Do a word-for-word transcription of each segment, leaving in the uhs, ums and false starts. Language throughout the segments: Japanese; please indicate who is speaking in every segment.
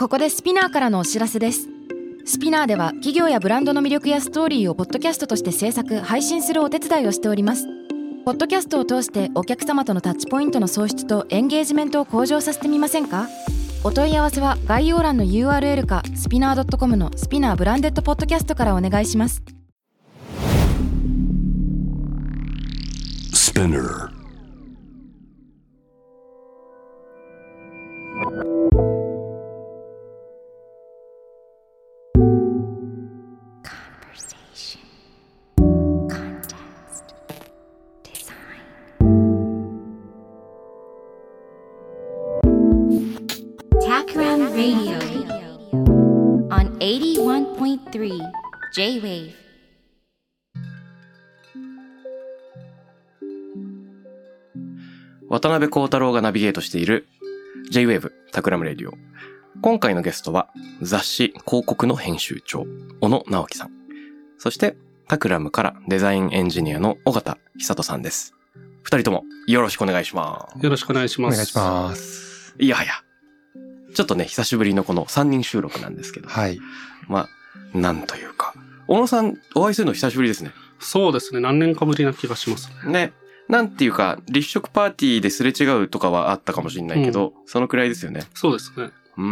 Speaker 1: ここでスピナーからのお知らせです。スピナーでは企業やブランドの魅力やストーリーをポッドキャストとして制作・配信するお手伝いをしております。ポッドキャストを通してお客様とのタッチポイントの創出とエンゲージメントを向上させてみませんか？お問い合わせは概要欄の ユーアールエル かスピナー ドットコム のスピナーブランデッドポッドキャストからお願いします。スピナー
Speaker 2: Radio on エイティワンポイントスリー J-Wave。
Speaker 3: 渡辺幸太郎がナビゲートしている J-Wave タクラムレディオ。今回のゲストは雑誌広告の編集長小野直樹さん、そしてタクラムからデザインエンジニアの尾形久人さんです。二人ともよろしくお願いします。
Speaker 4: よろしくお願いします。
Speaker 5: お願いします。
Speaker 3: いやはやちょっとね、久しぶりのこのさんにん収録なんですけど。
Speaker 5: はい。
Speaker 3: まあ、なんというか。小野さん、お会いするの久しぶりですね。
Speaker 4: そうですね。何年かぶりな気がしますね。
Speaker 3: ね。なんていうか、立食パーティーですれ違うとかはあったかもしれないけど、うん、そのくらいですよね。
Speaker 4: そうですね。
Speaker 3: うん。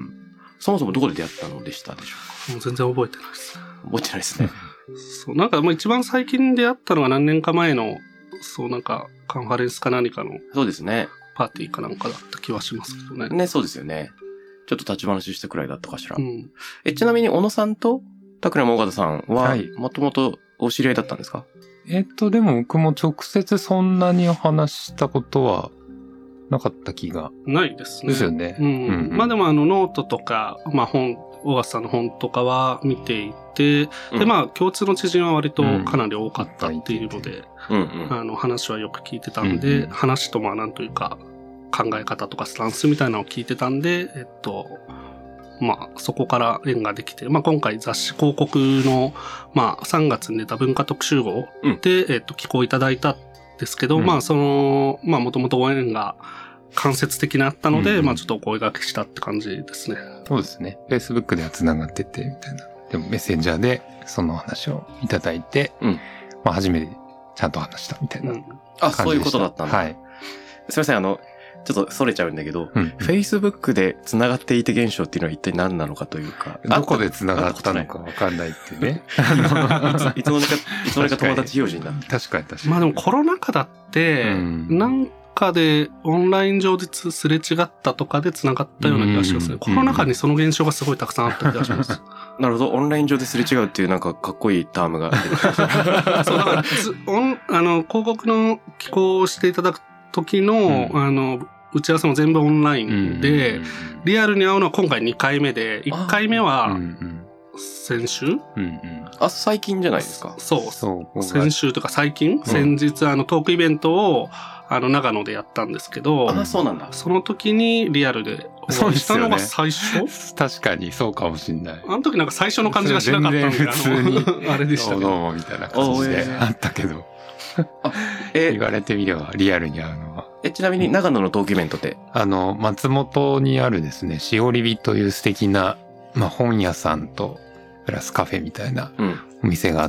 Speaker 3: そもそもどこで出会ったのでしたでしょうか？
Speaker 4: もう全然覚えてないです。
Speaker 3: 覚えてないですね。
Speaker 4: そう、なんかもう一番最近出会ったのが何年か前の、そうなんか、カンファレンスか何かの。
Speaker 3: そうですね。
Speaker 4: パーティーかなんかだった気はしますけどね。
Speaker 3: ね、そうですよね。ちょっと立ち話したくらいだったかしら。
Speaker 4: うん、
Speaker 3: え、ちなみに小野さんとタクラム尾形さんは、もともとお知り合いだったんですか？
Speaker 5: えっと、でも僕も直接そんなに話したことはなかった気が。
Speaker 4: ないですね。
Speaker 5: ですよね。
Speaker 4: うん。うんうん、まあでもあのノートとか、まあ本、尾形さんの本とかは見ていて、うん、でまあ共通の知人は割とかなり多かったっていうので、うんうん、あの話はよく聞いてたんで、うんうん、話とまあなんというか、考え方とかスタンスみたいなのを聞いてたんで、えっと、まあ、そこから縁ができて、まあ今回雑誌広告の、まあさんがつに出た文化特集号で、うん、えっと、寄稿いただいたんですけど、うん、まあその、まあもともとご縁が間接的にあったので、うん、まあちょっとお声掛けしたって感じですね。
Speaker 5: そうですね。Facebook では繋がってて、みたいな。でもメッセンジャーでその話をいただいて、うん、まあ初めてちゃんと話したみたいな感じでした。
Speaker 3: うん、あ、そういうことだったんだ。はい。すいません、あの、ちょっとそれちゃうんだけど、うん、Facebook で繋がっていて現象っていうのは一体何なのかというか。
Speaker 5: どこで繋がったのかわかんないっていうね。
Speaker 3: いつの間にか、いつの間にか友達表示になった。
Speaker 5: 確かに確かに。
Speaker 4: まあでもコロナ禍だって、うん、なんかでオンライン上ですれ違ったとかで繋がったような気がしますね。うん、コロナ禍にその現象がすごいたくさんあった気がします。
Speaker 3: なるほど。オンライン上ですれ違うっていうなんかかっこいいタームが。
Speaker 4: そうだからオン、あの、広告の寄稿をしていただく時の、うん、あの、打ち合わせも全部オンラインで、うん、リアルに会うのは今回にかいめで、いっかいめは先週、うん
Speaker 3: うん、あ、最近じゃないですか。
Speaker 4: そう。そう先週とか最近、うん、先日あのトークイベントをあの長野でやったんですけど、
Speaker 3: あ、そうなんだ。
Speaker 4: その時にリアルでお会いしたのが最初、ね、
Speaker 5: 確かにそうかもしれない。
Speaker 4: あの時なんか最初の感じがしなかったんで、
Speaker 5: 普通に
Speaker 4: あのあれでしたね。
Speaker 5: どうもみたいな感じであったけど。あえ言われてみればリアルに会うのは。
Speaker 3: え、ちなみに長野のトークイベントって、
Speaker 5: あの、松本にあるですね、しおりびという素敵な、まあ、本屋さんと、プラスカフェみたいなお店があって、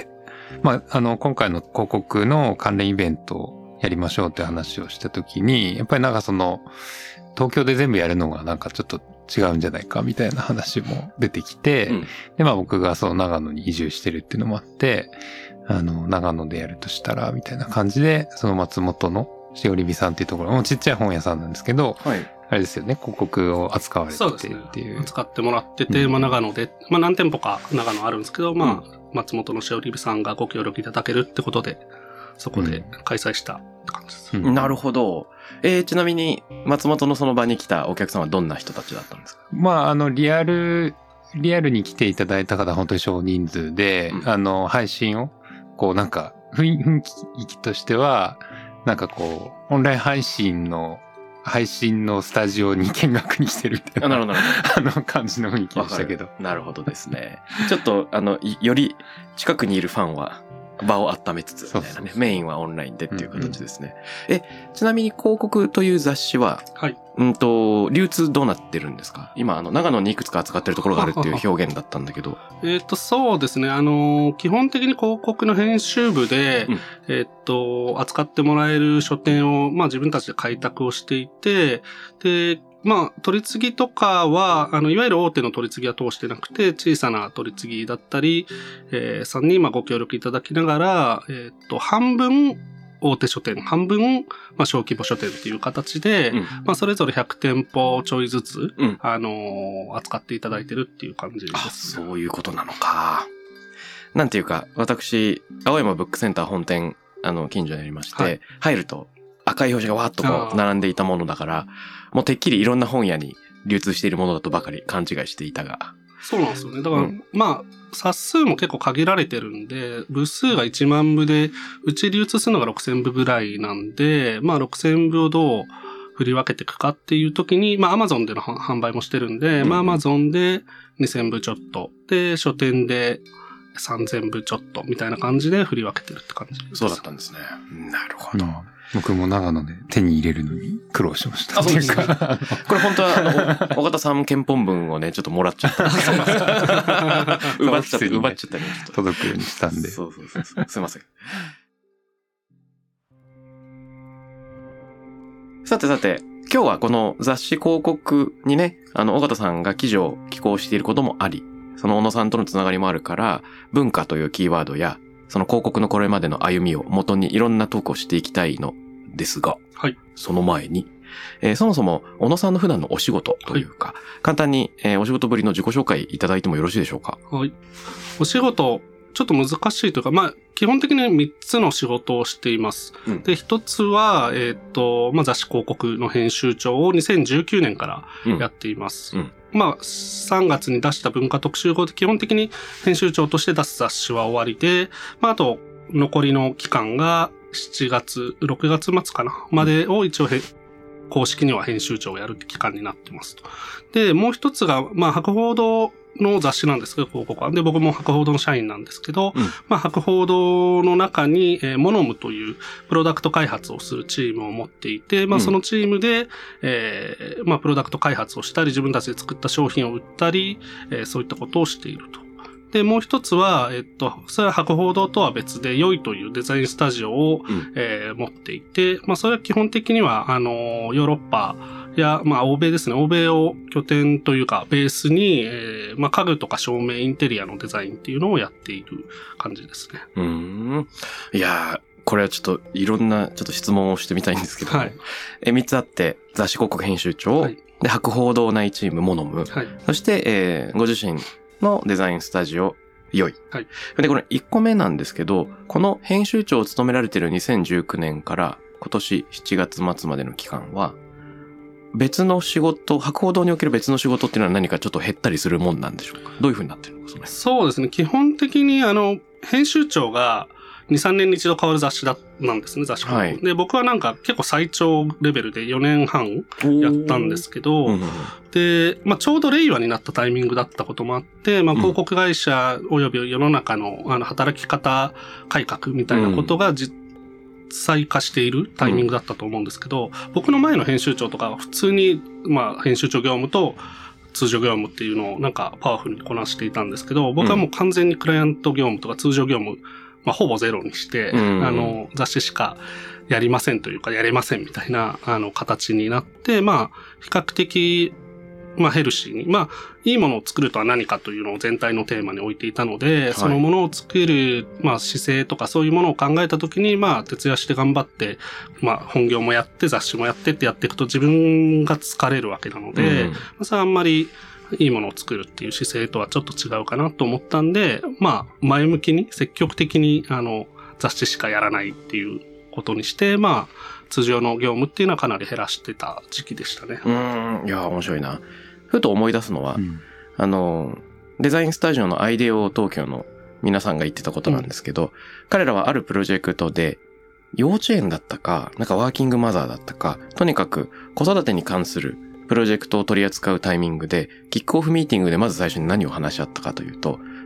Speaker 5: うん、まあ、あの、今回の広告の関連イベントをやりましょうって話をしたときに、やっぱりなんかその、東京で全部やるのがなんかちょっと違うんじゃないかみたいな話も出てきて、うん、で、まあ僕がその長野に移住してるっていうのもあって、あの、長野でやるとしたら、みたいな感じで、その松本のしおりびさんっていうところ、もうちっちゃい本屋さんなんですけど、はい、あれですよね、広告を扱われててっていう。
Speaker 4: そうですね。扱ってもらってて、うん、まあ長野で、まあ何店舗か長野あるんですけど、まあ、うん、松本のしおりびさんがご協力いただけるってことで、そこで開催したって感じです。
Speaker 3: うん、なるほど。えー、ちなみに、松本のその場に来たお客さんはどんな人たちだったんですか？
Speaker 5: まあ、あの、リアル、リアルに来ていただいた方は本当に少人数で、うん、あの、配信を、こうなんか、雰囲気としては、なんかこう、オンライン配信の、配信のスタジオに見学にしてるみたいな。
Speaker 3: なるほど、なるほ
Speaker 5: ど。あの感じの雰囲気でしたけど。
Speaker 3: なるほどですね。ちょっと、あの、より近くにいるファンは、場を温めつつ、みたいなね。そうそうそうメインはオンラインでっていう形ですね。うんうん、え、ちなみに広告という雑誌は、はい、 うんと、流通どうなってるんですか？今、あの、長野にいくつか扱ってるところがあるっていう表現だったんだけど。
Speaker 4: えっと、そうですね。あの、基本的に広告の編集部で、うん、えっと、扱ってもらえる書店を、まあ自分たちで開拓をしていて、で、まあ、取り次ぎとかは、あの、いわゆる大手の取り次ぎは通してなくて、小さな取り次ぎだったり、えー、さんに、まあ、ご協力いただきながら、えっと、半分、大手書店、半分、まあ、小規模書店っていう形で、うん、まあ、それぞれひゃく店舗ちょいずつ、うん、あのー、扱っていただいてるっていう感じです、ね。
Speaker 3: あ、そういうことなのか。なんていうか、私、青山ブックセンター本店、あの、近所にありまして、はい、入ると赤い表示がわーっとこう、並んでいたものだから、もうてっきりいろんな本屋に流通しているものだとばかり勘違いしていたが。
Speaker 4: そうなんですよね。だから、うん、まあ、冊数も結構限られてるんで、部数がいちまんぶで、うち流通するのがろくせんぶぐらいなんで、まあろくせんぶをどう振り分けていくかっていう時に、まあ Amazon での販売もしてるんで、うん、まあ Amazon でにせんぶちょっと、で、書店でさんぜんぶちょっとみたいな感じで振り分けてるって感じです。
Speaker 3: そうだったんですね。なるほど。うん、
Speaker 5: 僕も長野で手に入れるのに苦労しました。
Speaker 3: あ、そうですか。これ本当は、あの、尾形さん憲本文をね、ちょっともらっちゃった。奪っちゃった、奪っちゃったり、ね、
Speaker 5: 届くようにしたんで。
Speaker 3: そうそうそうそう。すいません。さてさて、今日はこの雑誌広告にね、あの、尾形さんが記事を寄稿していることもあり、その小野さんとのつながりもあるから、文化というキーワードや、その広告のこれまでの歩みを元にいろんなトークをしていきたいのですが、
Speaker 4: はい。
Speaker 3: その前に、えー、そもそも小野さんの普段のお仕事というか、はい、簡単に、えー、お仕事ぶりの自己紹介いただいてもよろしいでしょうか？
Speaker 4: はい。お仕事、ちょっと難しいというか、まあ、基本的にみっつの仕事をしています。うん、で、ひとつは、えっと、まあ、雑誌広告の編集長をにせんじゅうきゅうねんからやっています。うんうん、まあ、さんがつに出した文化特集号で基本的に編集長として出す雑誌は終わりで、まあ、あと、残りの期間がしちがつ、ろくがつ末かな、までを一応公式には編集長をやるって期間になってますと。で、もう一つが、まあ、博報堂の雑誌なんですけど、広告は。で、僕も博報堂の社員なんですけど、うん、まあ、博報堂の中に、えー、モノムというプロダクト開発をするチームを持っていて、まあ、そのチームで、うん、えー、まあ、プロダクト開発をしたり、自分たちで作った商品を売ったり、えー、そういったことをしていると。で、もう一つは、えっと、それは博報堂とは別で、良いというデザインスタジオを、うん、えー、持っていて、まあ、それは基本的には、あの、ヨーロッパや、まあ、欧米ですね。欧米を拠点というか、ベースに、えー、まあ、家具とか照明、インテリアのデザインっていうのをやっている感じですね。
Speaker 3: うーん。いやー、これはちょっと、いろんな、ちょっと質問をしてみたいんですけど、はい、え、三つあって、雑誌広告編集長、はい、で、博報堂内チーム、モノム、はい、そして、えー、ご自身、のデザインスタジオ、良い。はい。で、これいっこめなんですけど、この編集長を務められているにせんじゅうきゅうねんから今年しちがつ末までの期間は、別の仕事、博報堂における別の仕事っていうのは何かちょっと減ったりするもんなんでしょうか？どういうふうになってるのか、それ。
Speaker 4: そうですね。基本的にあの、編集長がに、さんねんに一度変わる雑誌だ、なんですね、雑誌広告。はい、で、僕はなんか結構最長レベルでよねんはんやったんですけど、うん、で、まあちょうど令和になったタイミングだったこともあって、まあ広告会社及び世の中のあの働き方改革みたいなことが実際化しているタイミングだったと思うんですけど、うん、僕の前の編集長とかは普通に、まあ編集長業務と通常業務っていうのをなんかパワフルにこなしていたんですけど、僕はもう完全にクライアント業務とか通常業務、まあ、ほぼゼロにして、うん、あの、雑誌しかやりませんというか、やれませんみたいな、あの、形になって、まあ、比較的、まあ、ヘルシーに、まあ、いいものを作るとは何かというのを全体のテーマに置いていたので、はい、そのものを作る、まあ、姿勢とかそういうものを考えたときに、まあ、徹夜して頑張って、まあ、本業もやって、雑誌もやってってやっていくと自分が疲れるわけなので、うん、まあ、それはあんまり、いいものを作るっていう姿勢とはちょっと違うかなと思ったんで、まあ、前向きに、積極的に、あの、雑誌しかやらないっていうことにして、まあ、通常の業務っていうのはかなり減らしてた時期でしたね。
Speaker 3: うん、いや、面白いな。ふと思い出すのは、うん、あの、デザインスタジオのアイデオ東京の皆さんが言ってたことなんですけど、うん、彼らはあるプロジェクトで、幼稚園だったか、なんかワーキングマザーだったか、とにかく子育てに関するプロジェクトを取り扱うタイミングで、キックオフミーティングでまず最初に何を話し合ったかというと、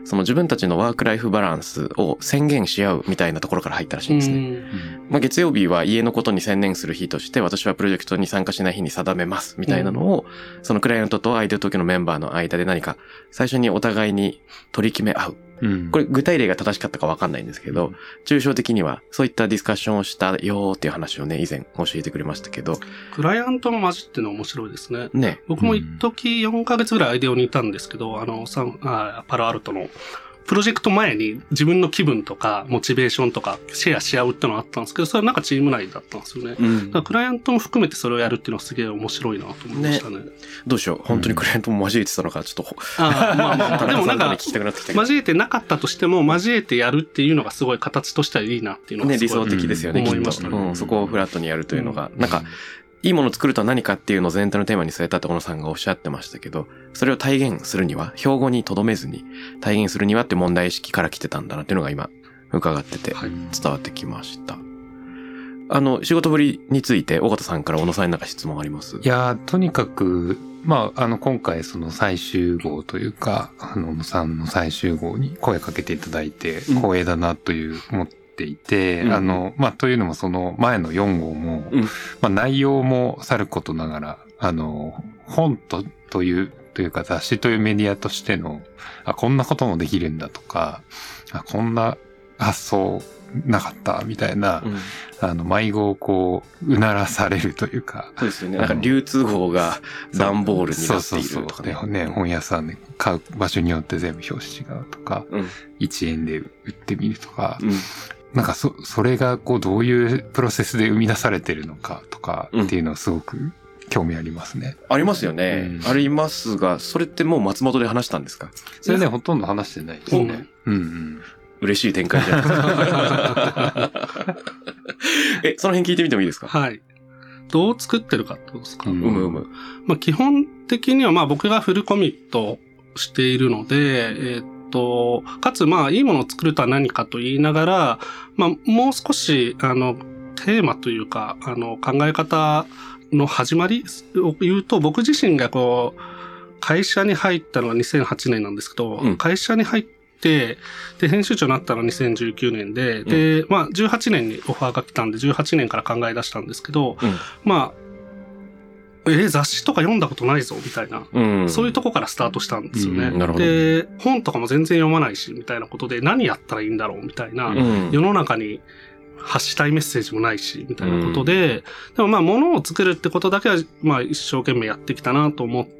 Speaker 3: その自分たちのワークライフバランスを宣言し合うみたいなところから入ったらしいんですね。まあ、月曜日は家のことに専念する日として、私はプロジェクトに参加しない日に定めますみたいなのを、そのクライアントとアイデア東京のメンバーの間で何か最初にお互いに取り決め合う。これ具体例が正しかったか分かんないんですけど、抽象的にはそういったディスカッションをしたよーっていう話をね、以前教えてくれましたけど。
Speaker 4: クライアントの混じってのは面白いですね。
Speaker 3: ね。
Speaker 4: 僕も一時よんかげつぐらいアイデオにいたんですけど、あの、サンあパロアルトのプロジェクト前に自分の気分とかモチベーションとかシェアし合うってのがあったんですけど、それはなんかチーム内だったんですよね。うん、だからクライアントも含めてそれをやるっていうのはすげえ面白いなと思いましたね。ね、
Speaker 3: どうしよう。本当にクライアントも交えてたのか、ちょっと。
Speaker 4: あまあまあ、でもなんか、交えてなかったとしても、交えてやるっていうのがすごい形としてはいいなっていうのが
Speaker 3: ね、理想的ですよね、
Speaker 4: 思いましたね。
Speaker 3: うん、そこをフラットにやるというのが、うん、なんか、いいものを作るとは何かっていうのを全体のテーマに据えたって小野さんがおっしゃってましたけど、それを体現するには、標語に留めずに体現するにはって問題意識から来てたんだなっていうのが今伺ってて伝わってきました。はい、あの、仕事ぶりについて尾形さんから小野さんになんか質問あります？
Speaker 5: いや、とにかく、まあ、あの、今回その最終号というか、あの、小野さんの最終号に声かけていただいて光栄だなという思ってていて、うん、あの、まあ、というのもその前のよん号も、うん、まあ、内容もさることながら、あの、本と、という、というか雑誌というメディアとしての、あ、こんなこともできるんだとか、あ、こんな発想なかった、みたいな、うん、あの、迷子をこう、うならされるというか。
Speaker 3: そうですよね。なんか流通号が段ボールになっているとかね。
Speaker 5: そうそうそう。ね、本屋さんで買う場所によって全部表紙違うとか、うん、いちえんで売ってみるとか、うん、なんかそ、それがこうどういうプロセスで生み出されてるのかとかっていうのはすごく興味ありますね。
Speaker 3: うん、ありますよね、うん。ありますが、それってもう松本で話したんですか？
Speaker 5: それね、ほとんど話してないですね。うんうん。
Speaker 3: 嬉しい展開じゃないですか。え、その辺聞いてみてもいいですか？
Speaker 4: はい。どう作ってるかってことですか？
Speaker 3: うむうむ。
Speaker 4: まあ基本的にはまあ僕がフルコミットしているので、えーと、かつまあいいものを作るとは何かと言いながら、まあもう少しあのテーマというかあの考え方の始まりを言うと、僕自身がこう会社に入ったのがにせんはちねんなんですけど、うん、会社に入ってで編集長になったのがにせんじゅうきゅうねんで、うん、でまあじゅうはちねんにオファーが来たんでじゅうはちねんから考え出したんですけど、うん、まあえ、雑誌とか読んだことないぞみたいな、うん、そういうとこからスタートしたんですよね、うん、なるほど。で、本とかも全然読まないしみたいなことで何やったらいいんだろうみたいな、うん、世の中に発したいメッセージもないしみたいなことで、うん、でもまあ物を作るってことだけはまあ一生懸命やってきたなと思って、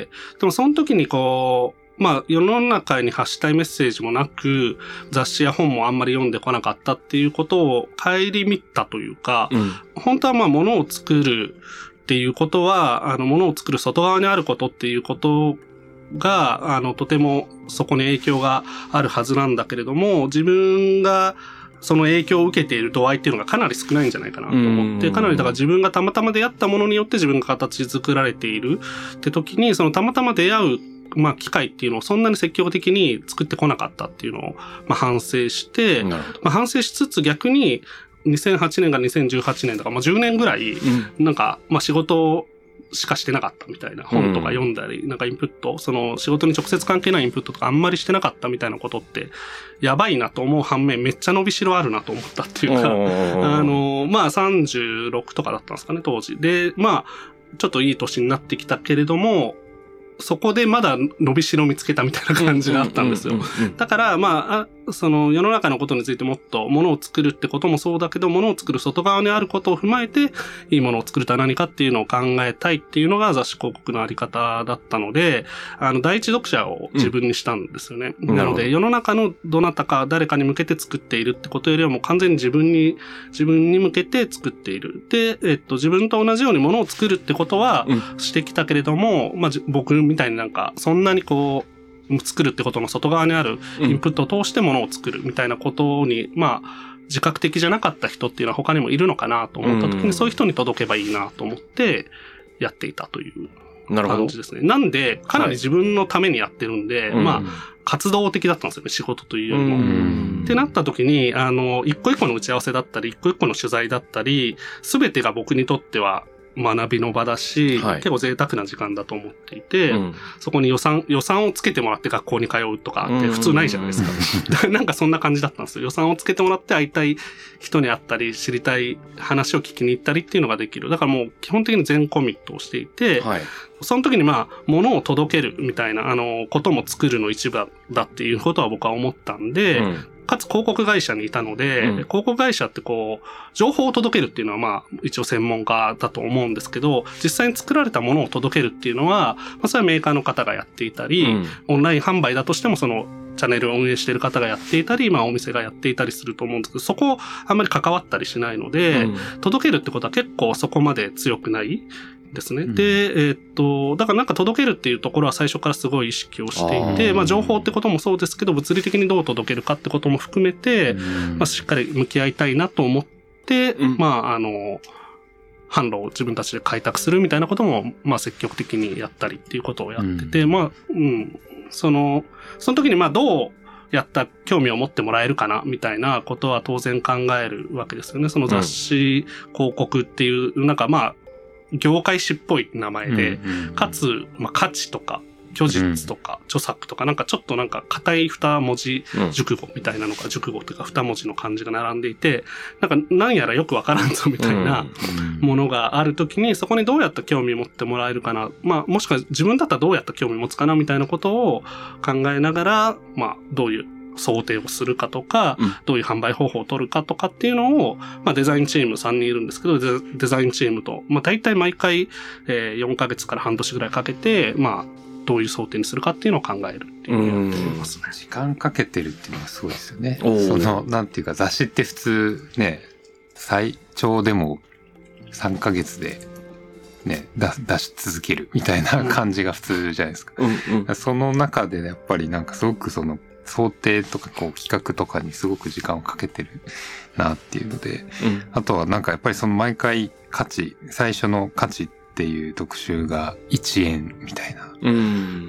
Speaker 4: でもその時にこうまあ世の中に発したいメッセージもなく、雑誌や本もあんまり読んでこなかったっていうことを顧みたというか、うん、本当はまあ物を作るっていうことは、あの、ものを作る外側にあることっていうことが、あの、とてもそこに影響があるはずなんだけれども、自分がその影響を受けている度合いっていうのがかなり少ないんじゃないかなと思って、かなりだから自分がたまたま出会ったものによって自分が形作られているって時に、そのたまたま出会う、まあ、機会っていうのをそんなに積極的に作ってこなかったっていうのを、まあ、反省して、まあ、反省しつつ逆に、にせんはちねんからにせんじゅうはちねんとか、まあ、じゅうねんぐらい、なんか、まあ、仕事しかしてなかったみたいな、本とか読んだり、なんかインプット、その仕事に直接関係ないインプットとかあんまりしてなかったみたいなことって、やばいなと思う反面、めっちゃ伸びしろあるなと思ったっていうか、あの、まあ、さんじゅうろくとかだったんですかね、当時。で、まあ、ちょっといい年になってきたけれども、そこでまだ伸びしろ見つけたみたいな感じがあったんですよ。だから、まあ、その世の中のことについてもっとものを作るってこともそうだけど、ものを作る外側にあることを踏まえて、いいものを作るとは何かっていうのを考えたいっていうのが雑誌広告のあり方だったので、あの、第一読者を自分にしたんですよね。うん、なので、世の中のどなたか誰かに向けて作っているってことよりはもう完全に自分に、自分に向けて作っている。で、えっと、自分と同じようにものを作るってことはしてきたけれども、うん、まあ、僕みたいになんか、そんなにこう、作るってことの外側にあるインプットを通してものを作るみたいなことに、うん、まあ、自覚的じゃなかった人っていうのは他にもいるのかなと思った時に、うん、そういう人に届けばいいなと思ってやっていたという感じですね。なんで、かなり自分のためにやってるんで、はい、まあ、活動的だったんですよね、仕事というよりも。うん、ってなった時に、あの、一個一個の打ち合わせだったり、一個一個の取材だったり、すべてが僕にとっては、 学びの場だし、はい、結構贅沢な時間だと思っていて、うん、そこに予算、予算をつけてもらって学校に通うとかって普通ないじゃないですか。なんかそんな感じだったんですよ。予算をつけてもらって会いたい人に会ったり、知りたい話を聞きに行ったりっていうのができる。だからもう基本的に全コミットをしていて、はい、その時にまあ、物を届けるみたいな、あの、ことも作るの一部だっていうことは僕は思ったんで、うんかつ広告会社にいたので、うん、広告会社ってこう、情報を届けるっていうのはまあ、一応専門家だと思うんですけど、実際に作られたものを届けるっていうのは、まあ、それはメーカーの方がやっていたり、うん、オンライン販売だとしてもその、チャンネルを運営している方がやっていたり、まあお店がやっていたりすると思うんですけど、そこをあんまり関わったりしないので、うん、届けるってことは結構そこまで強くないですね。うん、で、えー、っと、だからなんか届けるっていうところは最初からすごい意識をしていて、あまあ情報ってこともそうですけど、物理的にどう届けるかってことも含めて、うん、まあしっかり向き合いたいなと思って、うん、まああの、販路を自分たちで開拓するみたいなことも、まあ積極的にやったりっていうことをやってて、うん、まあ、うん、その、その時にまあどうやった興味を持ってもらえるかなみたいなことは当然考えるわけですよね。その雑誌、広告っていう、なんかまあ、業界誌っぽい名前で、うんうん、かつ、まあ、価値とか、虚実とか、うん、著作とか、なんかちょっとなんか硬い二文字熟語みたいなのが、うん、熟語というか二文字の漢字が並んでいて、なんか何やらよくわからんぞみたいなものがあるときに、そこにどうやった興味持ってもらえるかな、まあもしくは自分だったらどうやった興味持つかなみたいなことを考えながら、まあどういう想定をするかとか、うん、どういう販売方法を取るかとかっていうのを、まあデザインチームさんにんいるんですけど、デ, デザインチームと、まあ大体毎回、えー、よんかげつから半年ぐらいかけて、まあどういう想定にするかっていうのを考えるっていうのをやってますね。
Speaker 5: 時間かけてるっていうのがすごいですよね。その、なんていうか雑誌って普通ね、最長でもさんかげつでね、出し続けるみたいな感じが普通じゃないですか。うんうん、その中でやっぱりなんかすごくその、想定とかこう企画とかにすごく時間をかけてるなっていうので、うん、あとはなんかやっぱりその毎回価値、最初の価値っていう特集がいちえんみたいな、うん、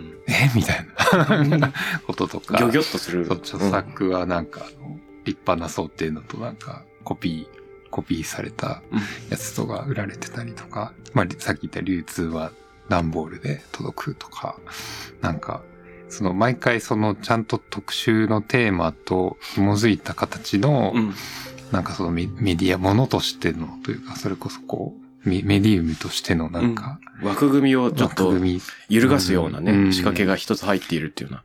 Speaker 5: えみたいなこととか、
Speaker 3: ギョギョッとする。
Speaker 5: 著作はなんかあの立派な想定のとなんかコピー、コピーされたやつとか売られてたりとか、まあさっき言った流通は段ボールで届くとか、なんかその毎回そのちゃんと特集のテーマと紐づいた形の、うん、なんかそのメディア、ものとしてのというか、それこそこう、メディウムとしてのなんか、
Speaker 3: うん、枠組みをちょっと揺るがすようなね、うん、仕掛けが一つ入っているっていうような。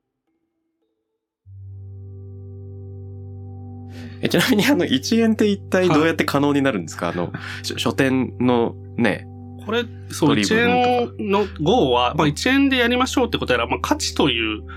Speaker 3: え、ちなみにあのいちえんって一体どうやって可能になるんですか？はい、あの、書店のね、
Speaker 4: これ、そう、いちえんの ゴー は、まあいちえんでやりましょうってことやら、まあ価値という、うん、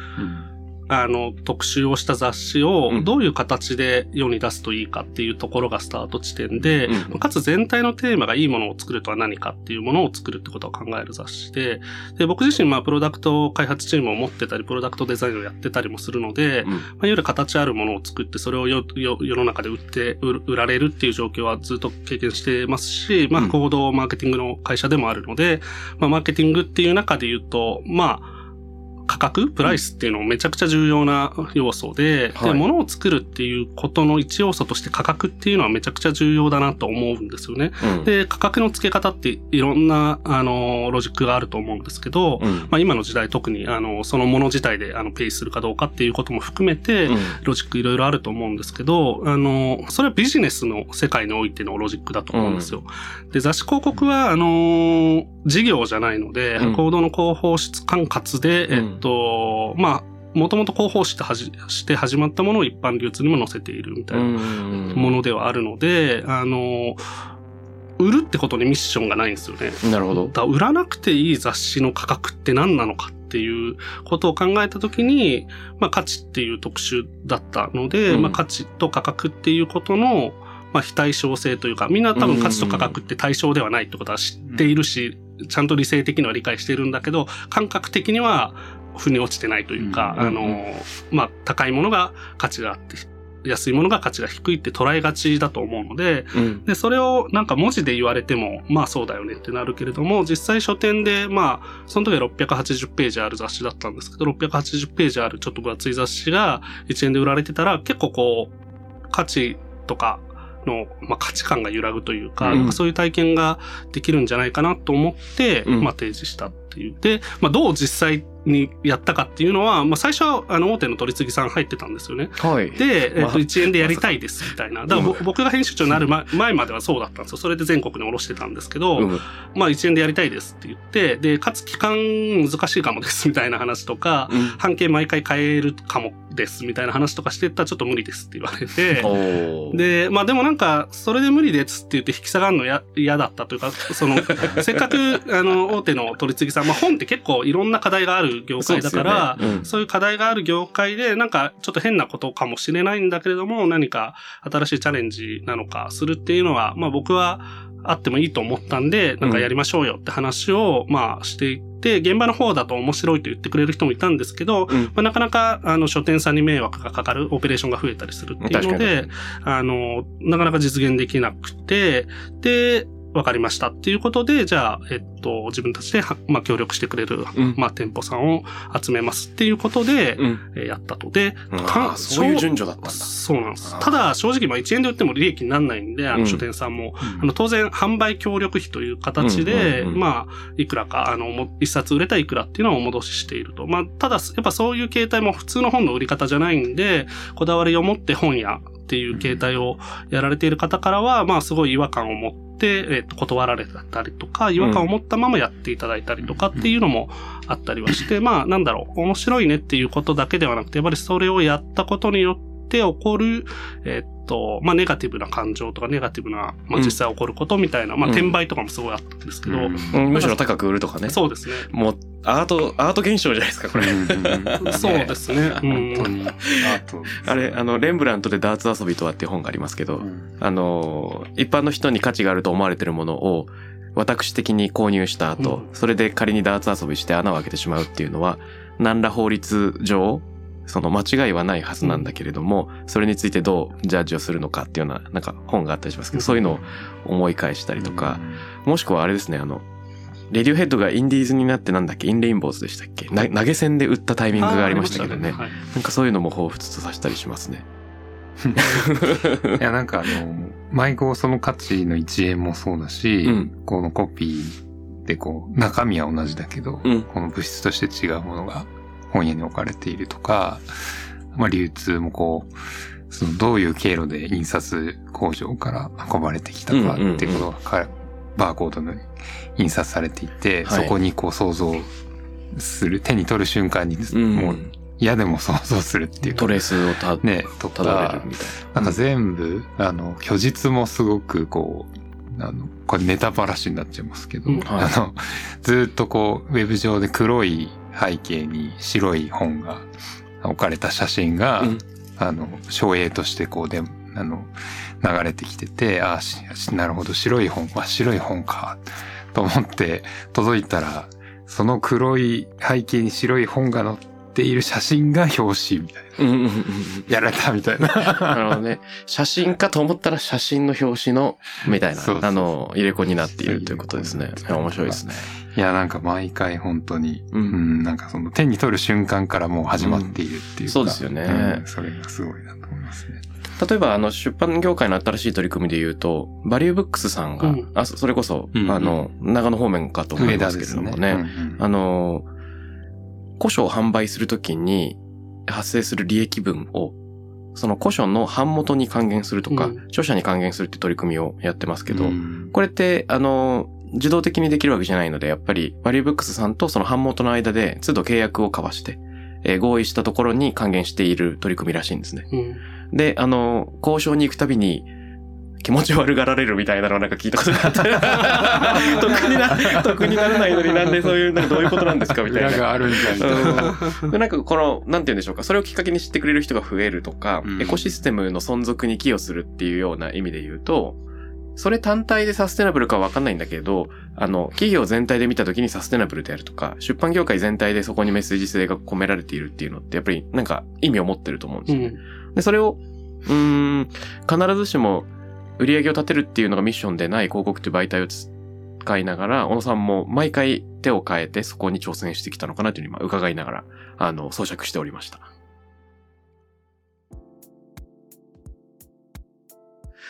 Speaker 4: あの、特集をした雑誌をどういう形で世に出すといいかっていうところがスタート地点で、うん、かつ全体のテーマがいいものを作るとは何かっていうものを作るってことを考える雑誌で、で、僕自身まあプロダクト開発チームを持ってたり、プロダクトデザインをやってたりもするので、うん、まあ、いわゆる形あるものを作ってそれをよよ世の中で売って売、売られるっていう状況はずっと経験してますし、まあ行動マーケティングの会社でもあるので、まあマーケティングっていう中で言うと、まあ、価格プライスっていうのもめちゃくちゃ重要な要素で、はい、で、物を作るっていうことの一要素として価格っていうのはめちゃくちゃ重要だなと思うんですよね。うん、で、価格の付け方っていろんな、あの、ロジックがあると思うんですけど、うん、まあ今の時代特に、あの、そのもの自体で、あの、ペイするかどうかっていうことも含めて、うん、ロジックいろいろあると思うんですけど、あの、それはビジネスの世界においてのロジックだと思うんですよ。うん、で、雑誌広告は、あの、事業じゃないので、うん、行動の広報室管轄で、うん、えっと、まあ、もともと広報してはじ、して始まったものを一般流通にも載せているみたいなものではあるので、あの、売るってことにミッションがないんですよね。
Speaker 3: なるほど。
Speaker 4: だ売らなくていい雑誌の価格って何なのかっていうことを考えたときに、まあ価値っていう特集だったので、うん、まあ価値と価格っていうことの、まあ非対称性というか、みんな多分価値と価格って対称ではないってことは知っているし、うん、ちゃんと理性的には理解しているんだけど、感覚的には腑に落ちてないというか、うん、あの、まあ、高いものが価値があって、安いものが価値が低いって捉えがちだと思うので、うん、で、それをなんか文字で言われても、まあそうだよねってなるけれども、実際書店で、まあ、その時はろっぴゃくはちじゅっページある雑誌だったんですけど、ろっぴゃくはちじゅっページあるちょっと分厚い雑誌がいちえんで売られてたら、結構こう、価値とか、 の、まあ、価値観が揺らぐというか、うん、なんかそういう体験ができるんじゃないかなと思って、うん、まあ、提示したっていう。で、まあ、どう実際にやったかっていうのは、まあ、最初は、あの、大手の取り次ぎさん入ってたんですよね。
Speaker 3: はい。
Speaker 4: で、えっと、いちえんでやりたいです、みたいな。だから、僕が編集長になる前まではそうだったんですよ。それで全国に下ろしてたんですけど、うん、まあ、いちえんでやりたいですって言って、で、かつ期間難しいかもです、みたいな話とか、うん、半径毎回変えるかもです、みたいな話とかしてったら、ちょっと無理ですって言われて、で、まあ、でもなんか、それで無理ですって言って引き下がるのや嫌だったというか、その、せっかく、あの、大手の取り次ぎさん、まあ、本って結構いろんな課題がある業界だから、そう、ねうん、そういう課題がある業界で、なんかちょっと変なことかもしれないんだけれども、何か新しいチャレンジなのかするっていうのは、まあ僕はあってもいいと思ったんで、なんかやりましょうよって話を、まあしていって、現場の方だと面白いと言ってくれる人もいたんですけど、うんまあ、なかなかあの書店さんに迷惑がかかるオペレーションが増えたりするっていうので、あの、なかなか実現できなくて、で、わかりましたっていうことで、じゃあ、えっと、自分たちで、まあ、協力してくれる、うん、まあ、店舗さんを集めますっていうことで、うんえー、やったと。で、
Speaker 3: うん、そういう順序だったんだ。
Speaker 4: そうなんです。ただ、正直、まあ、いちえんで売っても利益にならないんで、あの、書店さんも、うん、あの、当然、販売協力費という形で、うんうんうん、まあ、いくらか、あの、一冊売れたいくらっていうのをお戻ししていると。まあ、ただ、やっぱそういう形態も普通の本の売り方じゃないんで、こだわりを持って本屋っていう形態をやられている方からは、まあ、すごい違和感を持って、で、えっと、断られたりとか、違和感を持ったままやっていただいたりとかっていうのもあったりはして、うん、まあ、なんだろう、面白いねっていうことだけではなくて、やっぱりそれをやったことによって起こる、えっと、まあ、ネガティブな感情とか、ネガティブな、まあ、実際起こることみたいな、うん、まあ、転売とかもすごいあったんですけど、うん
Speaker 3: うん、むしろ高く売るとかね。
Speaker 4: そうですね。
Speaker 3: もう、アート、アート現象じゃないですか、これ。
Speaker 4: そうですね。うん、本当に。ア
Speaker 3: ート。あれ、あの、レンブラントでダーツ遊びとはっていう本がありますけど、うん、あの、一般の人に価値があると思われてるものを、私的に購入した後、うん、それで仮にダーツ遊びして穴を開けてしまうっていうのは、何ら法律上、その間違いはないはずなんだけれども、うん、それについてどうジャッジをするのかっていうような、なんか本があったりしますけど、うん、そういうのを思い返したりとか、うん、もしくはあれですね、あの、レディオヘッドがインディーズになってなんだっけ、インレインボーズでしたっけ、な投げ銭で売ったタイミングがありましたけどね。はい、なんかそういうのも彷彿とさせたりしますね。
Speaker 5: いや、なんかあの、迷子その価値のいちえんもそうだし、うん、このコピーでこう、中身は同じだけど、うん、この物質として違うものが本屋に置かれているとか、まあ流通もこう、そのどういう経路で印刷工場から運ばれてきたかっていうことが、うんうんうん、バーコードに印刷されていて、はい、そこにこう想像する、手に取る瞬間に、もう嫌でも想像するっていう
Speaker 3: トレースをた、ね、
Speaker 5: たどれるみたいな。なんか全部、あの、虚実もすごくこう、あの、これネタばらしになっちゃいますけど、うんはい、あの、ずっとこう、ウェブ上で黒い背景に白い本が置かれた写真が、うん、あの、照映としてこうで、あの、流れてきてて、ああ、なるほど、白い本、あ、白い本か、と思って届いたら、その黒い背景に白い本が載っている写真が表紙みたいな。うんうんうん、やられたみたいな。
Speaker 3: なるほどね。写真かと思ったら写真の表紙の、みたいな、そうそうあの、入れ子になっているということですね。いや、面白いですね。
Speaker 5: いや、なんか毎回本当に、うん、うん、なんかその手に取る瞬間からもう始まっているっていうか、うん、
Speaker 3: そうですよね、
Speaker 5: うん。それがすごいなと思いますね。
Speaker 3: 例えば、あの、出版業界の新しい取り組みで言うと、バリューブックスさんが、うん、あ、それこそ、うん、あの、長野方面かと思いますけれどもね、ねうんうん、あの、古書を販売するときに発生する利益分を、その古書の版元に還元するとか、うん、著者に還元するって取り組みをやってますけど、うん、これって、あの、自動的にできるわけじゃないので、やっぱり、バリューブックスさんとその版元の間で、都度契約を交わして、えー、合意したところに還元している取り組みらしいんですね。うんで、あの、交渉に行くたびに気持ち悪がられるみたいなのをなんか聞いたことがあって、得にな、得にならないのになんでそういう、なんかどういうことなんですかみたいな。
Speaker 5: 裏があるんじゃんみたい
Speaker 3: な。で、なんかこの、なんて言うんでしょうか、それをきっかけに知ってくれる人が増えるとか、うん、エコシステムの存続に寄与するっていうような意味で言うと、それ単体でサステナブルかわかんないんだけど、あの、企業全体で見たときにサステナブルであるとか、出版業界全体でそこにメッセージ性が込められているっていうのって、やっぱりなんか意味を持ってると思うんですよね。うん、で、それを、うーん、必ずしも売り上げを立てるっていうのがミッションでない広告っていう媒体を使いながら、小野さんも毎回手を変えてそこに挑戦してきたのかなというふうに伺いながら、あの、装着しておりました。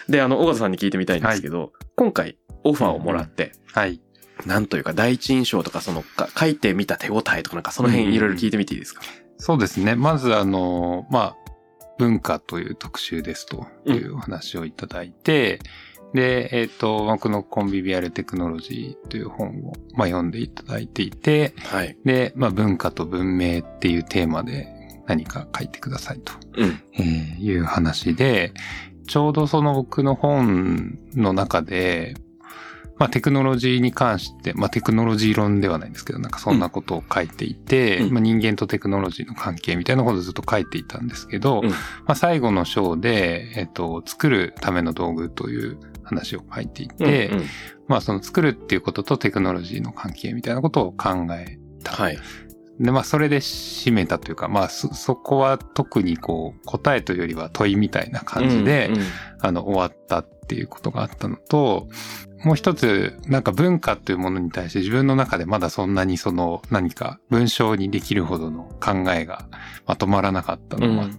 Speaker 3: で、あの、尾形さんに聞いてみたいんですけど、はい、今回オファーをもらって、
Speaker 5: はい。
Speaker 3: なんというか第一印象とか、その、書いてみた手応えとかなんかその辺いろいろ聞いてみていいですか？
Speaker 5: うん、そうですね。まずあの、まあ、文化という特集ですというお話をいただいて、うん、で、えっと、僕のコンビビアルテクノロジーという本を、まあ、読んでいただいていて、はい。で、まあ、文化と文明っていうテーマで何か書いてくださいと、うんえー、いう話で、ちょうどその僕の本の中で、まあテクノロジーに関して、まあテクノロジー論ではないんですけど、なんかそんなことを書いていて、うん、まあ人間とテクノロジーの関係みたいなことをずっと書いていたんですけど、うん、まあ最後の章で、えっと、作るための道具という話を書いていて、うんうん、まあその作るっていうこととテクノロジーの関係みたいなことを考えた。はい。で、まあ、それで締めたというか、まあ、そ、そこは特にこう、答えというよりは問いみたいな感じで、うんうん、あの、終わったっていうことがあったのと、もう一つ、なんか文化というものに対して自分の中でまだそんなにその何か文章にできるほどの考えがまとまらなかったのもあって、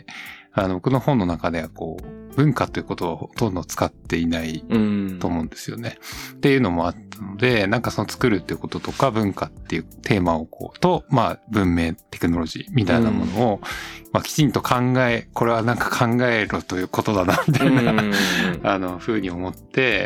Speaker 5: うん、あの、僕の本の中ではこう、文化ということをほとんど使っていないと思うんですよね。うん、っていうのもあったので、なんかその作るっていうこととか文化っていうテーマをこう、と、まあ文明、テクノロジーみたいなものを、うん、まあきちんと考え、これはなんか考えろということだな、みたいな、うん、あの、ふうに思って、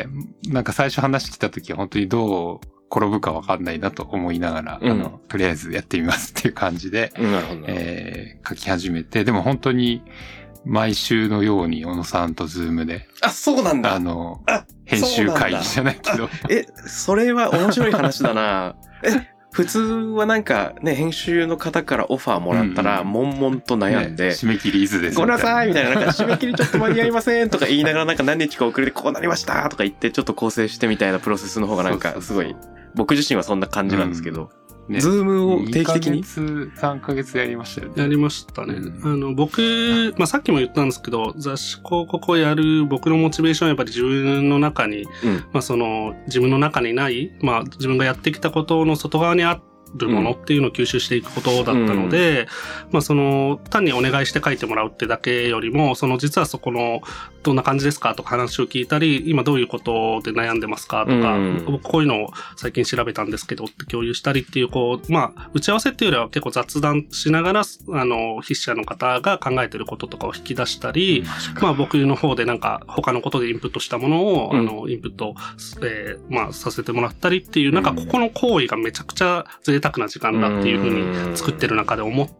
Speaker 5: なんか最初話してた時は本当にどう転ぶかわかんないなと思いながら、うん、あの、とりあえずやってみますっていう感じで、うん、えー、書き始めて、でも本当に、毎週のように小野さんとズームで。
Speaker 3: あ、そうなんだ。
Speaker 5: あの、あ編集会議じゃないけど。
Speaker 3: え、それは面白い話だな。え、普通はなんかね、編集の方からオファーもらったら、悶々と悩んで、ね、
Speaker 5: 締め切りいつです
Speaker 3: ごめんなさいみたいな、なんか締め切りちょっと間に合いませんとか言いながら、なんか何日か遅れてこうなりましたとか言って、ちょっと構成してみたいなプロセスの方がなんかすごい、僕自身はそんな感じなんですけど。うんね、ズームを定期的ににかげ
Speaker 5: つ、さんかげつやりましたよね。
Speaker 4: やりましたね。うん、あの、僕、まあ、さっきも言ったんですけど、雑誌広告をやる僕のモチベーションはやっぱり自分の中に、うん、まあ、その、自分の中にない、まあ、自分がやってきたことの外側にあるものっていうのを吸収していくことだったので、うん、まあ、その、単にお願いして書いてもらうってだけよりも、その、実はそこの、どんな感じですかとか話を聞いたり、今どういうことで悩んでますかとか、うん、僕こういうのを最近調べたんですけどって共有したりっていう、こう、まあ、打ち合わせっていうよりは結構雑談しながら、あの、筆者の方が考えてることとかを引き出したり、まあ僕の方でなんか他のことでインプットしたものを、うん、あの、インプット、えー、まあ、させてもらったりっていう、なんかここの行為がめちゃくちゃ贅沢な時間だっていうふうに作ってる中で思って、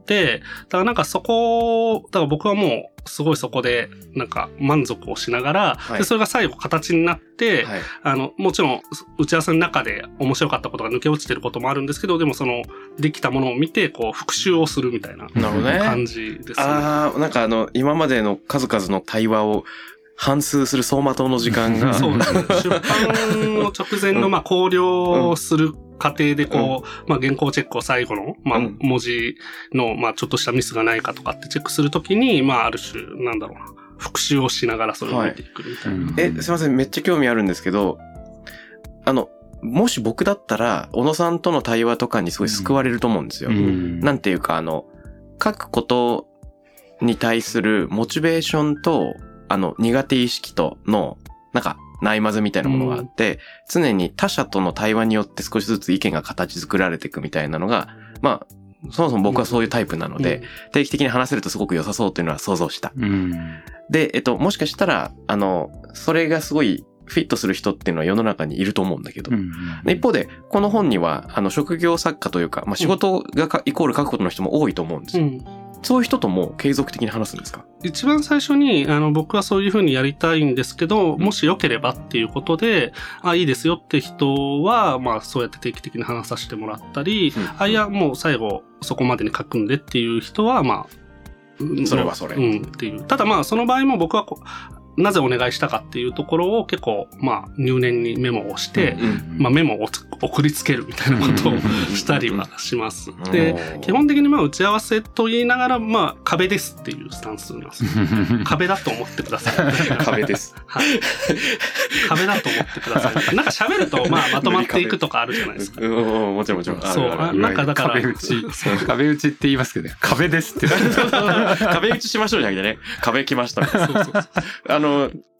Speaker 4: だからなんかそこ、だから僕はもう、すごいそこで、なんか満足をしながら、はい、でそれが最後形になって、はい、あの、もちろん打ち合わせの中で面白かったことが抜け落ちてることもあるんですけど、でもその、できたものを見て、こう、復習をするみたいな感じですね。
Speaker 3: ああ、なんかあの、今までの数々の対話を、反芻する走馬灯の時間が。
Speaker 4: そうですね。出版の直前の、まあ、考慮する過程で、こう、うん、まあ、原稿チェックを最後の、まあ、文字の、まあ、ちょっとしたミスがないかとかってチェックするときに、まあ、ある種、なんだろうな、復習をしながらそれを見ていくみたいな。はい、
Speaker 3: え、すいません、めっちゃ興味あるんですけど、あの、もし僕だったら、小野さんとの対話とかにすごい救われると思うんですよ。うん、なんていうか、あの、書くことに対するモチベーションと、あの、苦手意識との、なんか、ないまぜみたいなものがあって、うん、常に他者との対話によって少しずつ意見が形作られていくみたいなのが、まあ、そもそも僕はそういうタイプなので、うん、定期的に話せるとすごく良さそうというのは想像した。うん、で、えっと、もしかしたら、あの、それがすごいフィットする人っていうのは世の中にいると思うんだけど、うん、一方で、この本には、あの、職業作家というか、まあ、仕事がか、イコール書くことの人も多いと思うんですよ。うんそういう人とも継続的に話すんですか？
Speaker 4: 一番最初に、あの、僕はそういうふうにやりたいんですけど、もしよければっていうことで、あ、いいですよって人は、まあ、そうやって定期的に話させてもらったり、うん、あ、いや、もう最後、そこまでに書くんでっていう人は、ま
Speaker 3: あ、それはそれ。
Speaker 4: うん、っていう。ただまあ、その場合も僕はこう、なぜお願いしたかっていうところを結構、まあ、入念にメモをして、うんうん、まあ、メモを送りつけるみたいなことをしたりはします。で、基本的にまあ、打ち合わせと言いながら、まあ、壁ですっていうスタンスなんです。壁だと思ってください。
Speaker 3: 壁です。
Speaker 4: はい。壁だと思ってください。なんか喋ると、まあ、まとまっていくとかあるじゃないですか。
Speaker 3: うん、もちろんもちろん。
Speaker 4: そう、なんかだから。
Speaker 5: 壁打ち。壁打ちって言いますけどね。壁ですって。
Speaker 3: 壁打ちしましょうじゃなくてね。壁来ました。そうそうそう。あの、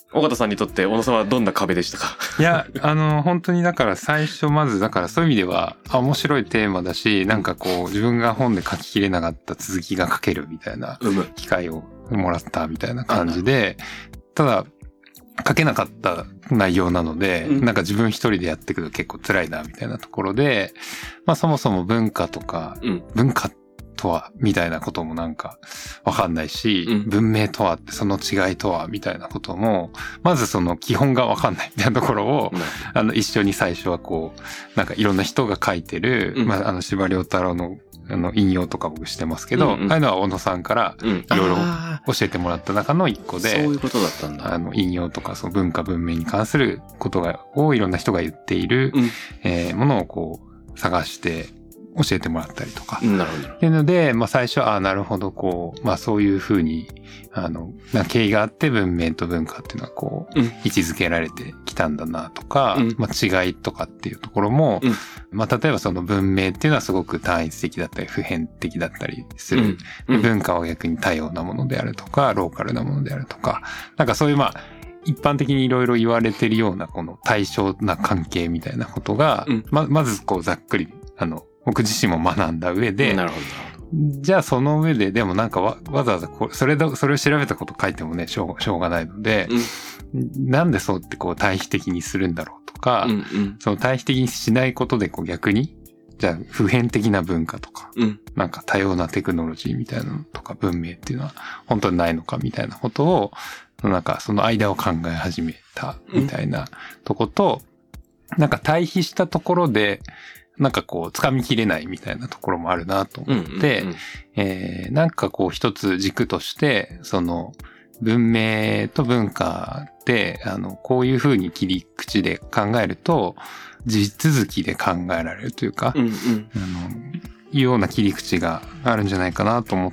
Speaker 3: 尾形さんにとって小野さんはどんな壁でしたか？
Speaker 5: いや、あの、本当にだから最初まず、だからそういう意味では、あ、面白いテーマだし、なんかこう、自分が本で書ききれなかった続きが書けるみたいな機会をもらったみたいな感じで、ただ、書けなかった内容なので、うん、なんか自分一人でやっていくと結構辛いなみたいなところで、まあそもそも文化とか、うん、文化とはみたいなこともなんかわかんないし、うん、文明とはってその違いとはみたいなことも、まずその基本がわかんないみたいなところを、うん、あの一緒に最初はこう、なんかいろんな人が書いてる、うん、まああの司馬遼太郎のあの引用とか僕してますけど、うんうん、ああいうのは小野さんからいろいろ教えてもらった中の一個で、
Speaker 3: そういうことだったんだ。
Speaker 5: あの引用とかその文化文明に関することがをいろんな人が言っている、うんえー、ものをこう探して教えてもらったりとか。
Speaker 3: なるほど。
Speaker 5: っていうので、まあ最初は、ああ、なるほど、こう、まあそういうふうに、あの、な経緯があって文明と文化っていうのはこう、うん、位置づけられてきたんだなとか、うん、まあ違いとかっていうところも、うん、まあ例えばその文明っていうのはすごく単一的だったり、普遍的だったりする。うんうん、文化は逆に多様なものであるとか、ローカルなものであるとか、なんかそういうまあ、一般的にいろいろ言われてるようなこの対象な関係みたいなことが、うん、ま、まずこうざっくり、あの、僕自身も学んだ上で、
Speaker 3: なるほど。
Speaker 5: じゃあその上で、でもなんかわ、わざわざこう、それだ、それを調べたこと書いてもね、しょう、しょうがないので、うん、なんでそうってこう対比的にするんだろうとか、うんうん、その対比的にしないことでこう逆に、じゃあ普遍的な文化とか、うん、なんか多様なテクノロジーみたいなのとか文明っていうのは本当にないのかみたいなことを、なんかその間を考え始めたみたいなとこと、うん、なんか対比したところで、なんかこう、掴みきれないみたいなところもあるなと思って、うんうんうんえー、なんかこう一つ軸として、その、文明と文化で、あの、こういう風に切り口で考えると、地続きで考えられるというか、うんうん、あの、いうような切り口があるんじゃないかなと思って、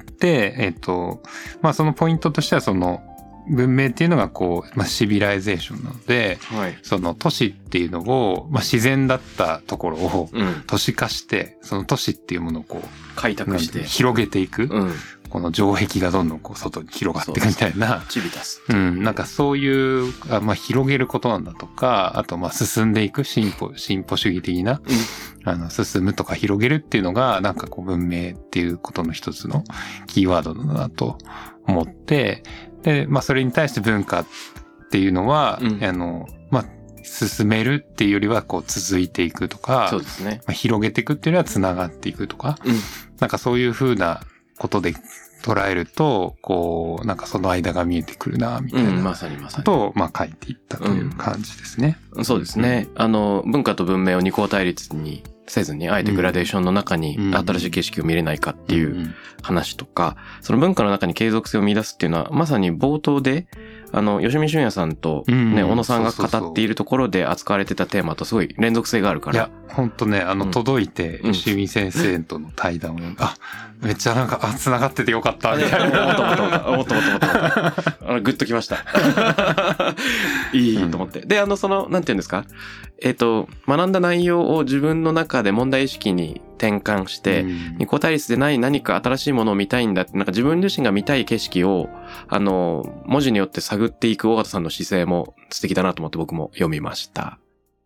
Speaker 5: えっと、まあそのポイントとしてはその、文明っていうのがこう、まあ、シビライゼーションなので、はい、その都市っていうのを、まあ、自然だったところを都市化して、うん、その都市っていうものをこう、
Speaker 3: 開拓して、
Speaker 5: 広げていく。うん、この城壁がどんどんこう外に広がっていくみたいな。
Speaker 3: チビタス。
Speaker 5: うん、なんかそういう、あまあ、広げることなんだとか、あとまあ進んでいく進歩、進歩主義的な、うん、あの、進むとか広げるっていうのが、なんかこう文明っていうことの一つのキーワードだなと思って、で、まあそれに対して文化っていうのは、うん、あの、まあ、進めるっていうよりはこう続いていくとか、
Speaker 3: そうですね。
Speaker 5: まあ、広げていくっていうよりは繋がっていくとか、うん、なんかそういう風なことで捉えると、こう、なんかその間が見えてくるな、みたいな、うん。まさにまさに。ことを、まあ書いていったという感じですね。
Speaker 3: うん、そうですね。あの、文化と文明を二項対立にせずに、あえてグラデーションの中に新しい景色を見れないかっていう話とか、その文化の中に継続性を見出すっていうのは、まさに冒頭で、あの、吉見俊也さんとね、小野さんが語っているところで扱われてたテーマとすごい連続性があるから。
Speaker 5: いや、ほんとね、あの、届いて、吉見先生との対談を読んで、あ、めっちゃなんか、あ、繋がっててよかった、みたいな。
Speaker 3: もっともっともっともっともっともっと。あの、グッときました。いいと思って。で、あの、その、なんていうんですか。えっと、学んだ内容を自分の中で問題意識に転換して、二項対立でない何か新しいものを見たいんだって、なんか自分自身が見たい景色を、あの、文字によって探っていく尾形さんの姿勢も素敵だなと思って僕も読みました。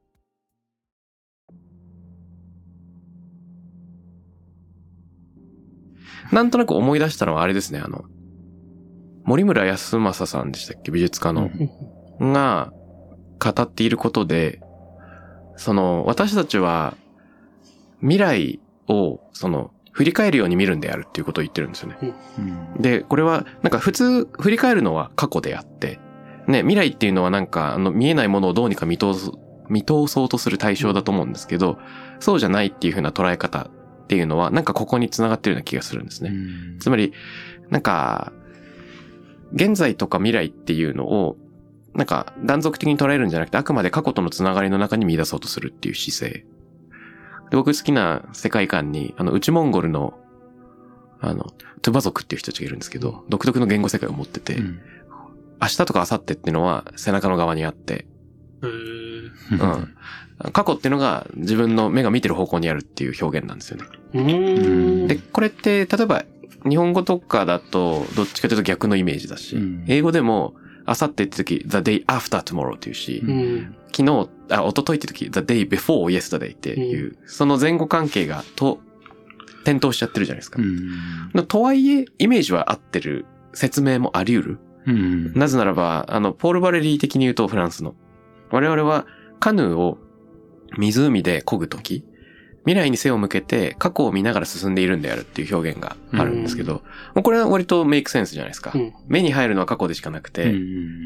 Speaker 3: なんとなく思い出したのはあれですね、あの、森村康正さんでしたっけ、美術家の、が語っていることで、その、私たちは未来を、その、振り返るように見るんであるっていうことを言ってるんですよね。うん、で、これは、なんか普通、振り返るのは過去であって、ね、未来っていうのはなんか、あの、見えないものをどうにか見通す、見通そうとする対象だと思うんですけど、そうじゃないっていう風な捉え方っていうのは、なんかここに繋がってるような気がするんですね。うん、つまり、なんか、現在とか未来っていうのを、なんか断続的に捉えるんじゃなくて、あくまで過去とのつながりの中に見出そうとするっていう姿勢。で、僕好きな世界観に、あの、内モンゴルの、あの、トゥバ族っていう人たちがいるんですけど、独特の言語世界を持ってて、うん、明日とか明後日っていうのは背中の側にあって、へーうん。過去っていうのが自分の目が見てる方向にあるっていう表現なんですよね。うんで、これって、例えば、日本語とかだと、どっちかというと逆のイメージだし、うん、英語でも、 あさってって時、the day after tomorrow っていうし、
Speaker 4: うん、
Speaker 3: 昨日、あ、一昨日って時、the day before yesterday っていう、うん、その前後関係がと、転倒しちゃってるじゃないですか。うん、とはいえ、イメージは合ってる説明もあり得る。うん、なぜならば、あの、ポール・バレリー的に言うとフランスの。我々はカヌーを湖で漕ぐとき、未来に背を向けて過去を見ながら進んでいるんであるっていう表現があるんですけど、うん、これは割とメイクセンスじゃないですか。うん、目に入るのは過去でしかなくて、うん、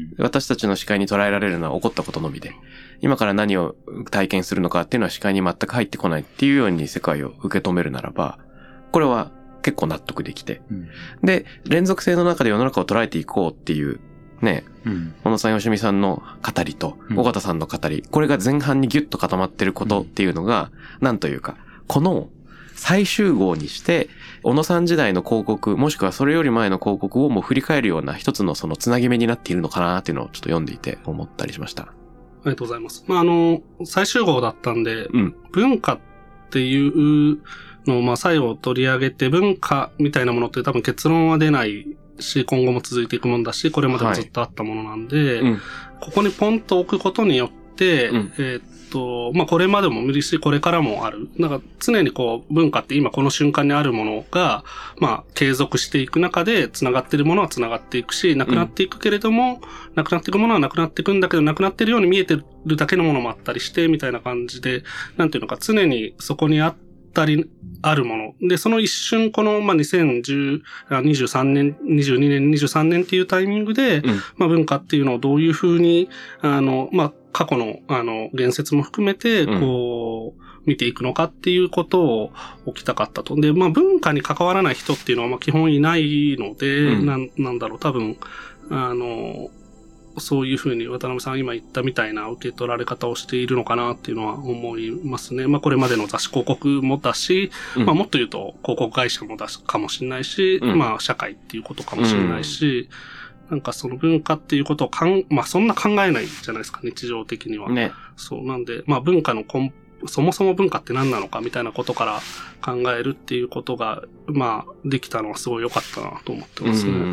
Speaker 3: 私たちの視界に捉えられるのは起こったことのみで、今から何を体験するのかっていうのは視界に全く入ってこないっていうように世界を受け止めるならば、これは結構納得できて、うん、で、連続性の中で世の中を捉えていこうっていうね、うん、小野さん、よしみさんの語りと、尾形さんの語り、これが前半にギュッと固まってることっていうのが、なんというか、この最終号にして、小野さん時代の広告、もしくはそれより前の広告をもう振り返るような一つのそのつなぎ目になっているのかなっていうのをちょっと読んでいて思ったりしました。
Speaker 4: ありがとうございます。まあ、あの、最終号だったんで、うん、文化っていうのをまあ最後取り上げて、文化みたいなものって多分結論は出ないし、今後も続いていくものだし、これまでもずっとあったものなんで、はいうん、ここにポンと置くことによって、うん、えー、っと、まあ、これまでも無理し、これからもある。なんか常にこう、文化って今この瞬間にあるものが、まあ、継続していく中で、繋がっているものは繋がっていくし、なくなっていくけれども、うん、なくなっていくものはなくなっていくんだけど、なくなっているように見えてるだけのものもあったりして、みたいな感じで、なんていうのか、常にそこにあって、あるもの。で、その一瞬、この、まあ、にせんじゅう、にじゅうさんねん、にじゅうにねん、にじゅうさんねんっていうタイミングで、うん、まあ、文化っていうのをどういうふうに、あの、まあ、過去の、あの、言説も含めて、こう、うん、見ていくのかっていうことを置きたかったと。で、まあ、文化に関わらない人っていうのは、まあ、基本いないので、うん、なん、なんだろう、多分、あの、そういうふうに渡辺さん今言ったみたいな受け取られ方をしているのかなっていうのは思いますね。まあこれまでの雑誌広告もだし、うん、まあもっと言うと広告会社もだしかもしれないし、うん、まあ社会っていうことかもしれないし、うん、なんかその文化っていうことをかん、まあそんな考えないじゃないですか、日常的には。ね。そうなんで、まあ文化の根そもそも文化って何なのかみたいなことから考えるっていうことが、まあできたのはすごい良かったなと思ってますね。うん。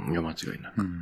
Speaker 3: いや間違いなく。うん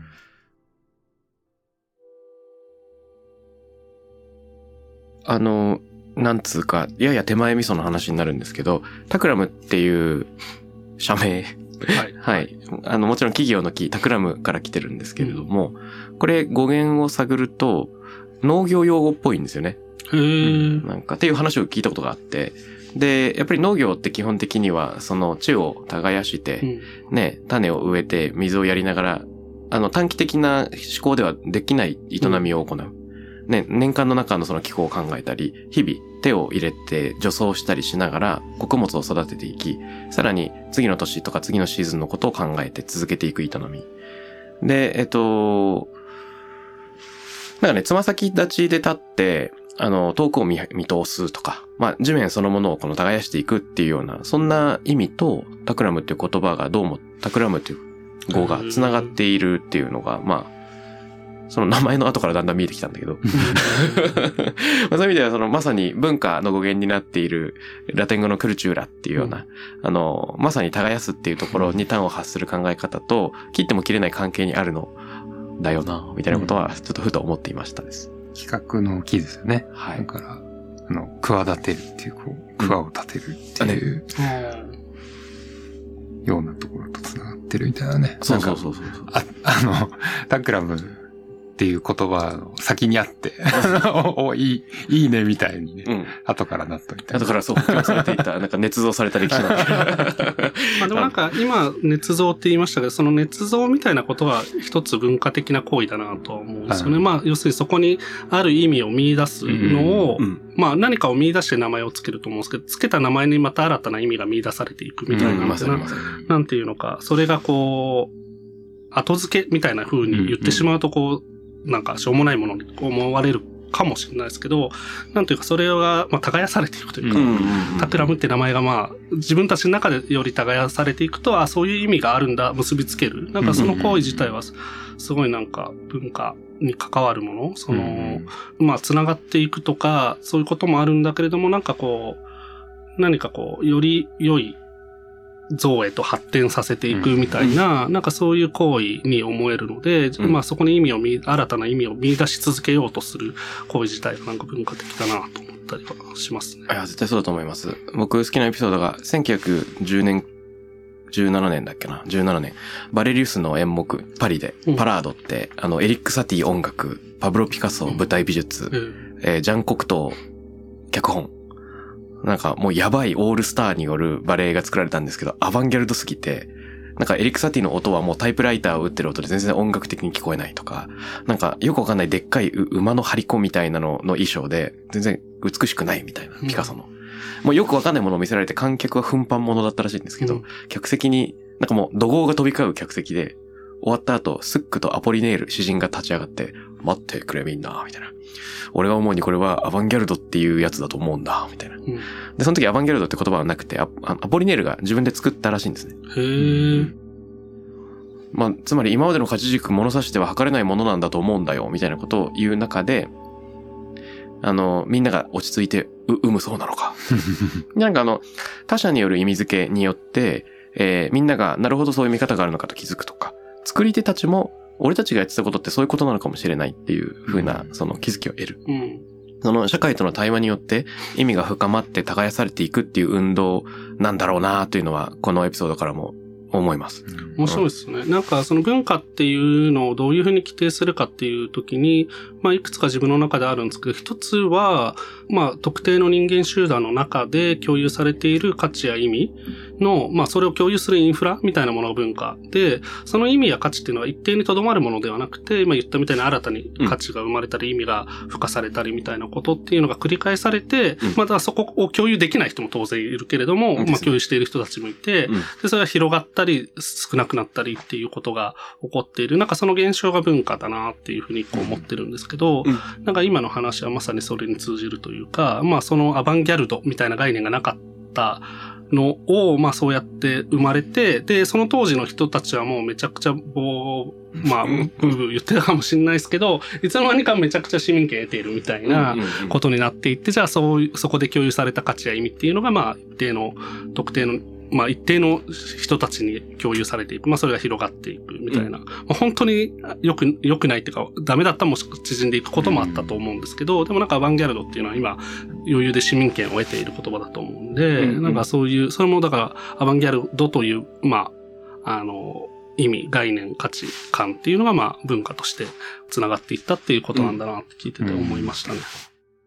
Speaker 3: あの、なんつうか、やや手前味噌の話になるんですけど、タクラムっていう社名。はい。はい。あの、もちろん企業の木、タクラムから来てるんですけれども、うん、これ語源を探ると、農業用語っぽいんですよね。
Speaker 4: へー、
Speaker 3: うん。なんか、っていう話を聞いたことがあって、で、やっぱり農業って基本的には、その地を耕して、うん、ね、種を植えて水をやりながら、あの、短期的な思考ではできない営みを行う。うんね、年間の中のその気候を考えたり、日々手を入れて除草したりしながら穀物を育てていき、さらに次の年とか次のシーズンのことを考えて続けていく営み。で、えっと、なんかね、つま先立ちで立って、あの、遠くを見、見通すとか、まあ、地面そのものをこの耕していくっていうような、そんな意味と、タクラムっていう言葉がどうも、タクラムという語が繋がっているっていうのが、まあ、その名前の後からだんだん見えてきたんだけど。まあそういう意味ではそのまさに文化の語源になっているラテン語のクルチューラっていうような、うん、あの、まさに耕すっていうところに端を発する考え方と切っても切れない関係にあるのだよな、みたいなことはちょっとふと思っていましたです。
Speaker 5: 企画の木ですよね。はい。だから、あの、企てるっていう、こう、桑を立てるっていう、うん、ようなところと繋がってるみたいなね。
Speaker 3: そうそうそうそう。
Speaker 5: あ、あの、タクラム、っていう言葉の先にあって、お、いい、いいねみたいにね、うん、後からなっといた。
Speaker 3: 後からそう、補強されていた、なんか捏造された歴史なんで。
Speaker 4: まあでもなんか今、捏造って言いましたけど、その捏造みたいなことは一つ文化的な行為だなとは思うんですよね。まあ要するにそこにある意味を見出すのを、うんうん、まあ何かを見出して名前をつけると思うんですけど、つけた名前にまた新たな意味が見出されていくみたいな、うん、まさにまさになんていうのか、それがこう、後付けみたいな風に言ってしまうとこう、なんかしょうもないものに思われるかもしれないですけど、なんというかそれが、まあ、耕されていくというか、うんうんうん、タクラムって名前がまあ、自分たちの中でより耕されていくと、あ、そういう意味があるんだ、結びつける。なんかその行為自体は、すごいなんか文化に関わるもの、その、うんうん、まあ、繋がっていくとか、そういうこともあるんだけれども、なんかこう、何かこう、より良い像へと発展させていくみたいな、うん、なんかそういう行為に思えるので、うん、まあそこに意味を見、新たな意味を見出し続けようとする行為自体がなんか文化的だなと思ったりはしますね。
Speaker 3: いや、絶対そうだと思います。僕好きなエピソードがせんきゅうひゃくじゅうねん、じゅうななねんだっけな ?じゅうななねん。バレリウスの演目、パリで、パラードって、うん、あの、エリック・サティ音楽、パブロ・ピカソ舞台美術、うん、えー、ジャン・コクトー脚本。なんかもうやばいオールスターによるバレエが作られたんですけど、アバンギャルドすぎて、なんかエリック・サティの音はもうタイプライターを打ってる音で全然音楽的に聞こえないとか、なんかよくわかんないでっかい馬の張り子みたいなのの衣装で全然美しくないみたいな、ピカソの。もうよくわかんないものを見せられて観客は奮発者だったらしいんですけど、うん、客席に、なんかもう怒号が飛び交う客席で、終わった後、スックとアポリネール詩人が立ち上がって、待ってくれみんな、みたいな。俺が思うにこれはアバンギャルドっていうやつだと思うんだ、みたいな。うん、で、その時アバンギャルドって言葉はなくてア、アポリネールが自分で作ったらしいんですね。
Speaker 4: へー。
Speaker 3: まあ、つまり今までの価値軸物差しでは測れないものなんだと思うんだよ、みたいなことを言う中で、あの、みんなが落ち着いて、う、うむそうなのか。なんかあの、他者による意味付けによって、えー、みんながなるほどそういう見方があるのかと気づくとか、作り手たちも、俺たちがやってたことってそういうことなのかもしれないっていう風な、その気づきを得る。うん、その社会との対話によって意味が深まって耕されていくっていう運動なんだろうなというのは、このエピソードからも思います。
Speaker 4: 面白いですね。なんかその文化っていうのをどういうふうに規定するかっていうときに、まあいくつか自分の中であるんですけど、一つは、まあ特定の人間集団の中で共有されている価値や意味の、まあそれを共有するインフラみたいなものが文化で、その意味や価値っていうのは一定にとどまるものではなくて、今言ったみたいに新たに価値が生まれたり、意味が付加されたりみたいなことっていうのが繰り返されて、うん、またそこを共有できない人も当然いるけれども、うん、まあ共有している人たちもいて、うん、でそれが広がったり少なくなったりっていうことが起こっている。なんかその現象が文化だなっていうふうにこう思ってるんですけど、うん、なんか今の話はまさにそれに通じるというか、まあそのアバンギャルドみたいな概念がなかったのを、まあそうやって生まれて、で、その当時の人たちはもうめちゃくちゃぼー、まあ、ブーブー言ってたかもしれないですけど、いつの間にかめちゃくちゃ市民権得ているみたいなことになっていって、じゃあそういう、そこで共有された価値や意味っていうのが、まあ一定の、特定の、まあ一定の人たちに共有されていく。まあそれが広がっていくみたいな。うん、まあ、本当によく、良くないっていうか、ダメだったらもし縮んでいくこともあったと思うんですけど、でもなんかアバンギャルドっていうのは今余裕で市民権を得ている言葉だと思うんで、うんうん、なんかそういう、それもだからアバンギャルドという、まあ、あの、意味、概念、価値観っていうのがまあ文化として繋がっていったっていうことなんだなって聞いてて思いましたね。うんうん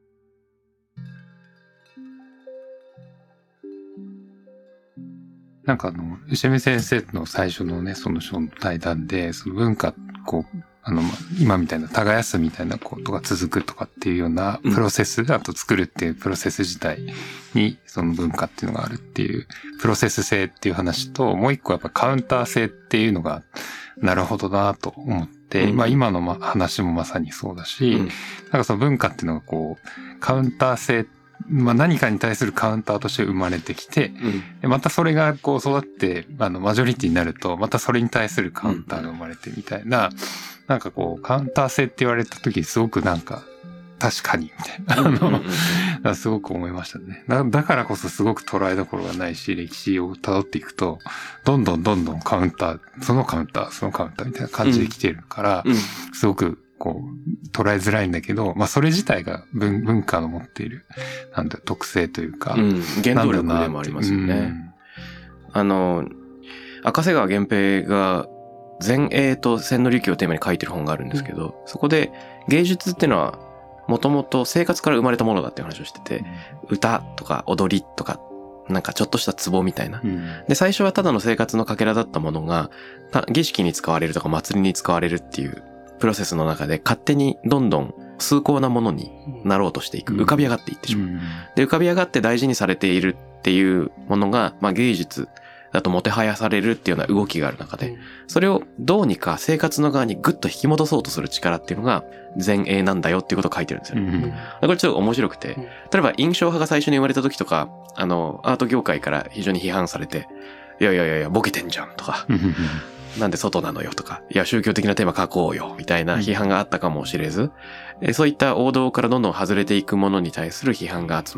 Speaker 5: なんかあの、吉見先生の最初のね、その書の対談で、その文化、こう、あの、今みたいな耕すみたいなことが続くとかっていうようなプロセス、うん、あと作るっていうプロセス自体に、その文化っていうのがあるっていう、プロセス性っていう話と、もう一個やっぱカウンター性っていうのが、なるほどなと思って、うん、まあ今の話もまさにそうだし、うん、なんかその文化っていうのがこう、カウンター性ってまあ何かに対するカウンターとして生まれてきて、うん、またそれがこう育って、あの、マジョリティになると、またそれに対するカウンターが生まれてみたいな、うん、なんかこう、カウンター性って言われた時すごくなんか、確かに、みたいな、あの、すごく思いましたね。だ, だからこそすごく捉えどころがないし、歴史を辿っていくと、どんどんどんどんカウンター、そのカウンター、そのカウンターみたいな感じで来てるから、うん、すごく、こう、捉えづらいんだけど、まあ、それ自体が 文, 文化の持っている、なんだ、特性というか。
Speaker 3: うん、原動力でもありますよね。うん、あの、赤瀬川源平が、前衛と千利休をテーマに書いてる本があるんですけど、うん、そこで芸術っていうのは、もともと生活から生まれたものだっていう話をしてて、うん、歌とか踊りとか、なんかちょっとした壺みたいな、うん。で、最初はただの生活のかけらだったものが、儀式に使われるとか祭りに使われるっていう、プロセスの中で勝手にどんどん崇高なものになろうとしていく。浮かび上がっていってしまう。で、浮かび上がって大事にされているっていうものが、まあ芸術だともてはやされるっていうような動きがある中で、それをどうにか生活の側にグッと引き戻そうとする力っていうのが前衛なんだよっていうことを書いてるんですよね。これちょっと面白くて、例えば印象派が最初に生まれた時とか、あの、アート業界から非常に批判されて、いやいやいやいや、ボケてんじゃんとか、なんで外なのよとか、いや宗教的なテーマ書こうよみたいな批判があったかもしれず、うん、そういった王道からどんどん外れていくものに対する批判が集まる。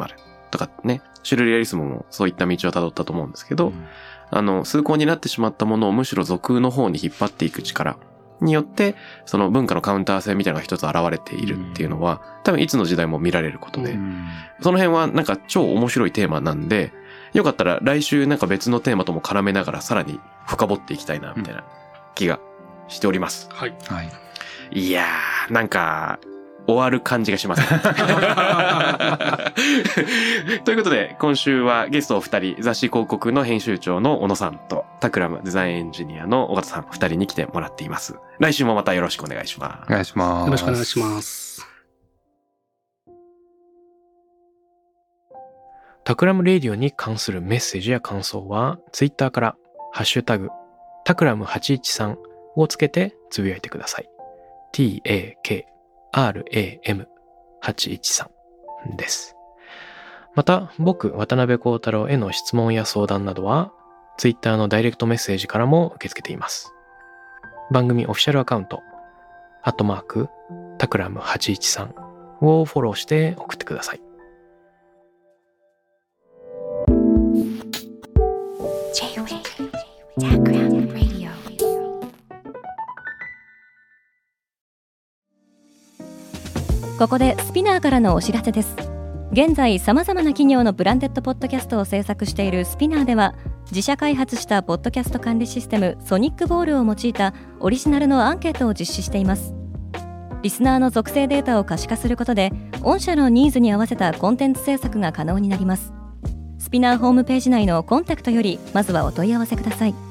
Speaker 3: とかね、シュルレアリスムもそういった道を辿ったと思うんですけど、うん、あの、崇高になってしまったものをむしろ俗の方に引っ張っていく力によって、その文化のカウンター性みたいなのが一つ現れているっていうのは、多分いつの時代も見られることで、うん、その辺はなんか超面白いテーマなんで、よかったら来週なんか別のテーマとも絡めながらさらに深掘っていきたいな、みたいな気がしております。
Speaker 4: はい。
Speaker 5: はい。
Speaker 3: いやー、なんか、終わる感じがします。ということで、今週はゲストお二人、雑誌広告の編集長の小野さんと、タクラムデザインエンジニアの尾形さん、二人に来てもらっています。来週もまたよろしくお願いします。
Speaker 5: お願いします。
Speaker 4: よろしくお願いします。
Speaker 3: タクラムレディオに関するメッセージや感想は、ツイッターから、ハッシュタグ、タクラムはちいちさんをつけてつぶやいてください。ティーエーケーアールエーエムはちいちさん です。また、僕、渡辺幸太郎への質問や相談などは、ツイッターのダイレクトメッセージからも受け付けています。番組オフィシャルアカウント、アットマーク、タクラムはちいちさんをフォローして送ってください。
Speaker 2: ここでスピナーからのお知らせです。現在さまざまな企業のブランデッドポッドキャストを制作しているスピナーでは、自社開発したポッドキャスト管理システムソニックボールを用いたオリジナルのアンケートを実施しています。リスナーの属性データを可視化することで、御社のニーズに合わせたコンテンツ制作が可能になります。スピナーホームページ内のコンタクトよりまずはお問い合わせください。